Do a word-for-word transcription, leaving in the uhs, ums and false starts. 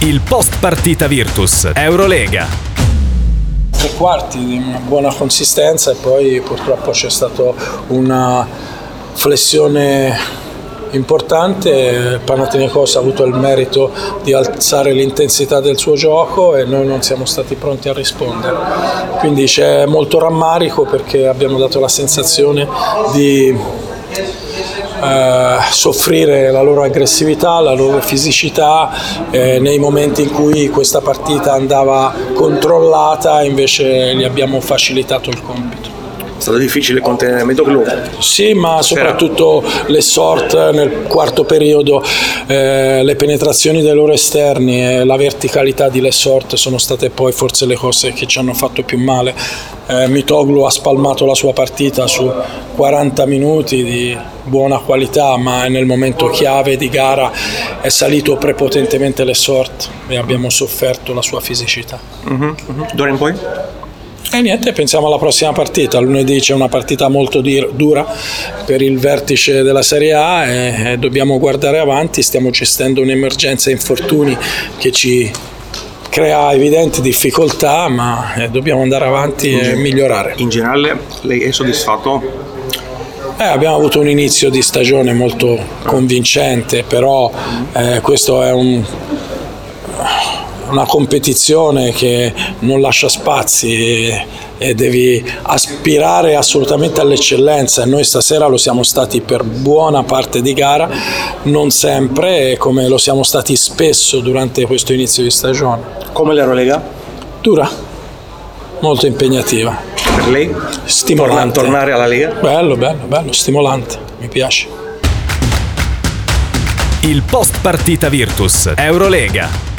Il post partita Virtus Eurolega. Tre quarti di una buona consistenza e poi purtroppo c'è stata una flessione importante. Il Panathinaikos ha avuto il merito di alzare l'intensità del suo gioco e noi non siamo stati pronti a rispondere, quindi c'è molto rammarico perché abbiamo dato la sensazione di Uh, soffrire la loro aggressività, la loro fisicità eh, nei momenti in cui questa partita andava controllata, invece gli abbiamo facilitato il compito. È stato difficile contenere Metoglu? Sì, ma soprattutto le sort nel quarto periodo, eh, le penetrazioni dei loro esterni e la verticalità di Lessort sono state poi forse le cose che ci hanno fatto più male. Eh, Mitoglu ha spalmato la sua partita su quaranta minuti di buona qualità, ma nel momento chiave di gara è salito prepotentemente Lessort e abbiamo sofferto la sua fisicità. Mm-hmm, mm-hmm. D'ora in poi? E niente, pensiamo alla prossima partita. Lunedì c'è una partita molto dir- dura per il vertice della Serie A e, e dobbiamo guardare avanti. Stiamo gestendo un'emergenza infortuni che ci crea evidenti difficoltà, ma eh, dobbiamo andare avanti in e gen- migliorare. In generale lei è soddisfatto? Eh, abbiamo avuto un inizio di stagione molto convincente, però eh, questo è un... una competizione che non lascia spazi e, e devi aspirare assolutamente all'eccellenza e noi stasera lo siamo stati per buona parte di gara, non sempre, come lo siamo stati spesso durante questo inizio di stagione. Come l'Eurolega? Dura, molto impegnativa. Per lei? Stimolante. Tornare alla Lega? Bello, bello, bello, stimolante, mi piace. Il post partita Virtus Eurolega.